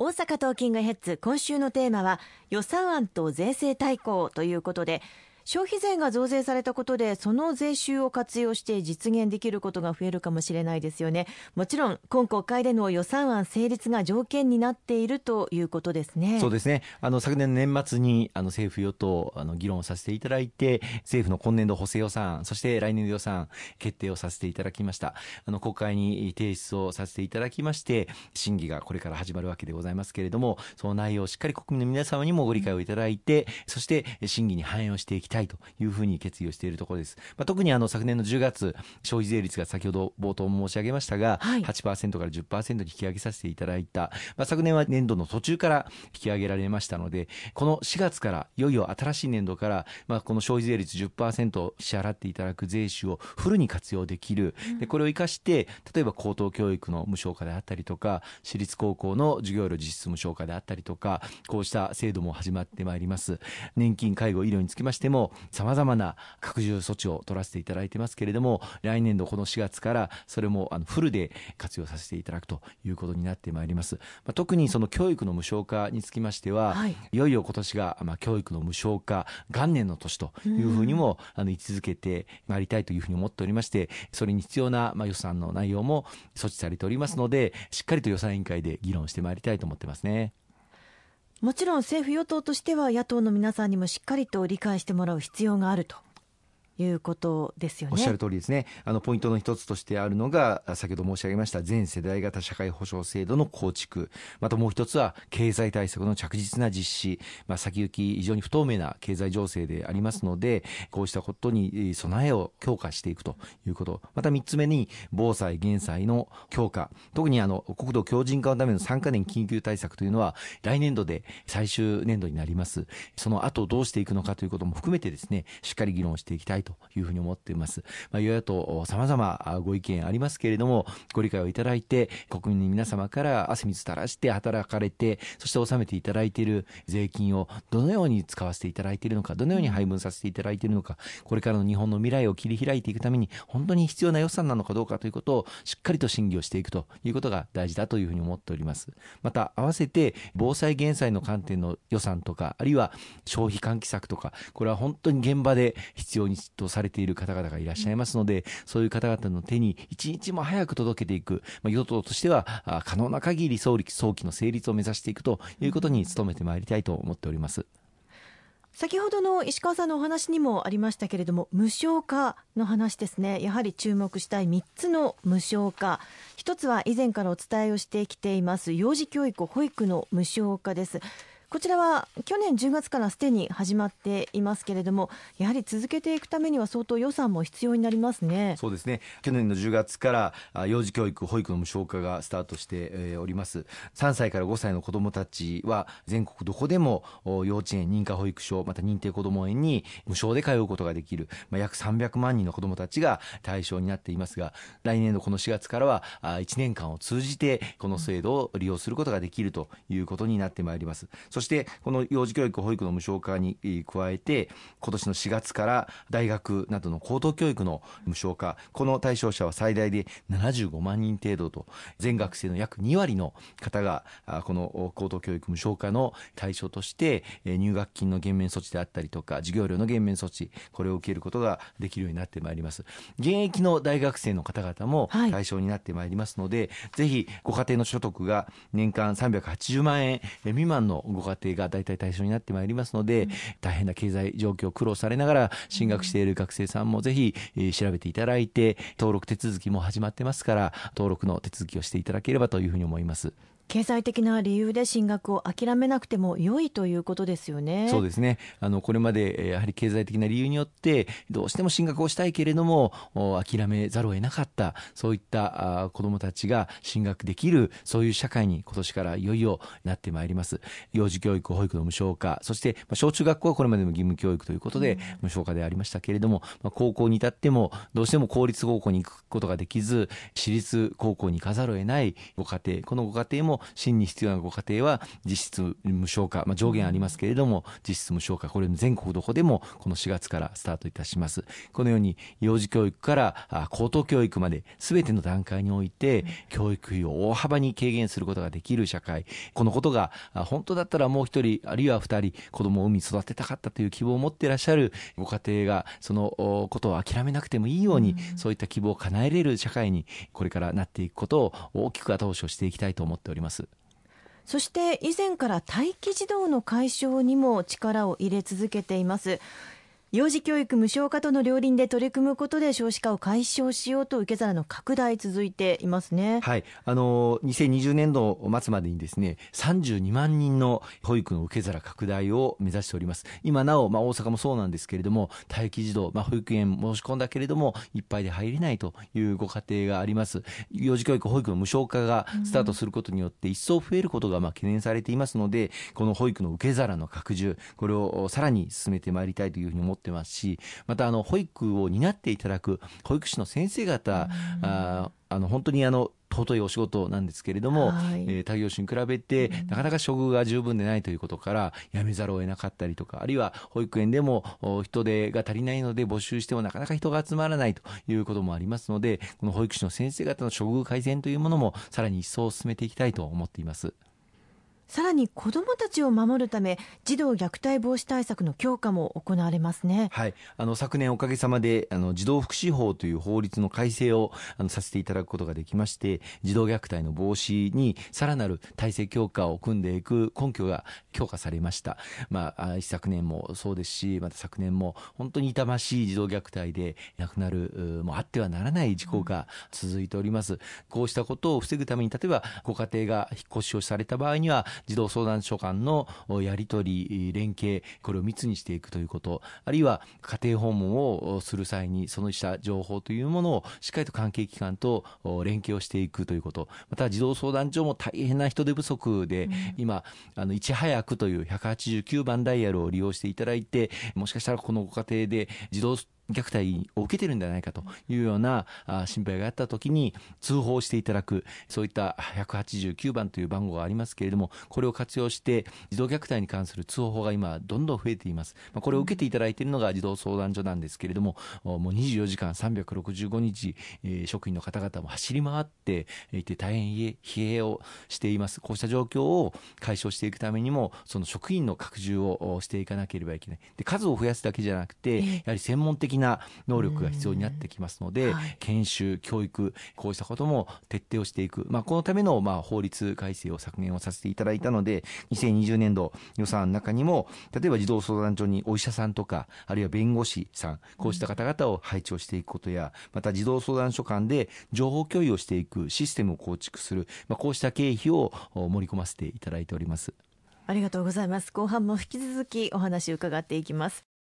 大阪トーキングヘッズ、今週のテーマは予算案と税制大綱ということで、消費税が増税されたことでその税収を活用して実現できることが増えるかもしれないですよね。もちろん今国会での予算案成立が条件になっているということですね。 そうですね。昨年の年末に政府与党議論をさせていただいて、政府の今年度補正予算案、そして来年度予算案決定をさせていただきました。国会に提出をさせていただきまして、審議がこれから始まるわけでございますけれども、その内容をしっかり国民の皆様にもご理解をいただいて、そして審議に反映をしていきたいというふうに決意をしているところです。特に昨年の10月、消費税率が先ほど冒頭申し上げましたが、8% から 10% に引き上げさせていただいた。昨年は年度の途中から引き上げられましたので、この4月からいよいよ新しい年度から、この消費税率 10% 支払っていただく税収をフルに活用できる。でこれを生かして、例えば高等教育の無償化であったりとか、私立高校の授業料実質無償化であったりとか、こうした制度も始まってまいります。年金、介護、医療につきましても様々な拡充措置を取らせていただいてますけれども、来年度この4月からそれもフルで活用させていただくということになってまいります。特にその教育の無償化につきましては、いよいよ今年が教育の無償化元年の年というふうにも位置づけてまいりたいというふうに思っておりまして、それに必要な予算の内容も措置されておりますので、しっかりと予算委員会で議論してまいりたいと思ってますね。 もちろん政府与党としては野党の皆さんにもしっかりと理解してもらう必要があるということですよね。 おっしゃる通りですね。ポイントの一つとしてあるのが、先ほど申し上げました全世代型社会保障制度の構築、またもう一つは経済対策の着実な実施、先行き非常に不透明な経済情勢でありますので、こうしたことに備えを強化していくということ、また3つ目に防災減災の強化、特に国土強靭化のための3カ年緊急対策というのは来年度で最終年度になります。その後どうしていくのかということも含めてですね、しっかり議論していきたいというふうに思っています。与野党様々ご意見ありますけれども、ご理解をいただいて、国民の皆様から汗水垂らして働かれて、そして納めていただいている税金をどのように使わせていただいているのか、どのように配分させていただいているのか、これからの日本の未来を切り開いていくために本当に必要な予算なのかどうかということをしっかりと審議をしていくということが大事だというふうに思っております。また合わせて防災減災の観点の予算とか、あるいは消費喚起策とか、これは本当に現場で必要にとされている方々がいらっしゃいますので、そういう方々の手に一日も早く届けていく、与党としては可能な限り早期の成立を目指していくということに努めてまいりたいと思っております。 先ほどの石川さんのお話にもありましたけれども、無償化の話ですね。やはり注目したい3つの無償化、一つは以前からお伝えをしてきています幼児教育保育の無償化です。こちらは去年10月からすでに始まっていますけれども、やはり続けていくためには相当予算も必要になりますね。 そうですね。去年の10月から幼児教育保育の無償化がスタートしております。3歳から5歳の子どもたちは全国どこでも幼稚園、認可保育所、また認定こども園に無償で通うことができる、約300万人の子どもたちが対象になっていますが、来年のこの4月からは1年間を通じてこの制度を利用することができるということになってまいります。そしてこの幼児教育保育の無償化に加えて、今年の4月から大学などの高等教育の無償化、この対象者は最大で75万人程度と、全学生の約2割の方がこの高等教育無償化の対象として入学金の減免措置であったりとか、授業料の減免措置、これを受けることができるようになってまいります。現役の大学生の方々も対象になってまいりますので、ぜひご家庭の所得が年間380万円未満のご家庭が大体対象になってまいりますので、大変な経済状況を苦労されながら進学している学生さんもぜひ調べていただいて、登録手続きも始まってますから、登録の手続きをしていただければというふうに思います。 経済的な理由で進学を諦めなくても良いということですよね。 そうですね。これまでやはり経済的な理由によってどうしても進学をしたいけれども諦めざるを得なかった、そういった子どもたちが進学できる、そういう社会に今年からいよいよなってまいります。幼児教育保育の無償化、そして小中学校はこれまでの義務教育ということで無償化でありましたけれども、高校に至ってもどうしても公立高校に行くことができず、私立高校に行かざるを得ないご家庭、このご家庭もも真に必要なご家庭は実質無償化、上限ありますけれども実質無償化、これ全国どこでもこの4月からスタートいたします。このように幼児教育から高等教育まで全ての段階において教育費を大幅に軽減することができる社会、このことが本当だったらもう一人あるいは二人子供を産み育てたかったという希望を持っていらっしゃるご家庭がそのことを諦めなくてもいいように、そういった希望を叶えれる社会にこれからなっていくことを大きく後押しをしていきたいと思っております。 そして以前から待機児童の解消にも力を入れ続けています。幼児教育無償化との両輪で取り組むことで少子化を解消しようと受け皿の拡大続いていますね。 はい、2020年度末までにですね32万人の保育の受け皿拡大を目指しております。今なお、大阪もそうなんですけれども待機児童、保育園申し込んだけれどもいっぱいで入れないというご家庭があります。幼児教育保育の無償化がスタートすることによって一層増えることが懸念されていますので、この保育の受け皿の拡充、これをさらに進めてまいりたいというふうに思ってますし、また保育を担っていただく保育士の先生方、本当に尊いお仕事なんですけれども、他業種に比べてなかなか処遇が十分でないということから辞めざるを得なかったりとか、あるいは保育園でも人手が足りないので募集してもなかなか人が集まらないということもありますので、この保育士の先生方の処遇改善というものもさらに一層進めていきたいと思っています。 さらに子どもたちを守るため児童虐待防止対策の強化も行われますね。 はい、昨年おかげさまで児童福祉法という法律の改正をさせていただくことができまして、児童虐待の防止にさらなる体制強化を組んでいく根拠が強化されました。一昨年もそうですし、また昨年も本当に痛ましい児童虐待で亡くなるもうあってはならない事故が続いております。こうしたことを防ぐために、例えばご家庭が引っ越しをされた場合には児童相談所間のやり取り連携、これを密にしていくということ、あるいは家庭訪問をする際にそのした情報というものをしっかりと関係機関と連携をしていくということ、また児童相談所も大変な人手不足で、今いち早くという189番ダイヤルを利用していただいて、もしかしたらこのご家庭で児童虐待を受けてるんじゃないかというような心配があったときに通報していただく、そういった189番という番号がありますけれども、これを活用して児童虐待に関する通報が今どんどん増えています。これを受けていただいているのが児童相談所なんですけれども、もう24時間365日、職員の方々も走り回っていて大変疲弊をしています。こうした状況を解消していくためにもその職員の拡充をしていかなければいけない。で、数を増やすだけじゃなくてやはり専門的な能力が必要になってきますので、研修教育、こうしたことも徹底をしていく、このための法律改正を削減をさせていただいたので、2020年度予算の中にも例えば児童相談所にお医者さんとかあるいは弁護士さん、こうした方々を配置をしていくことや、また児童相談所間で情報共有をしていくシステムを構築する、こうした経費を盛り込ませていただいております。 ありがとうございます。後半も引き続きお話を伺っていきます。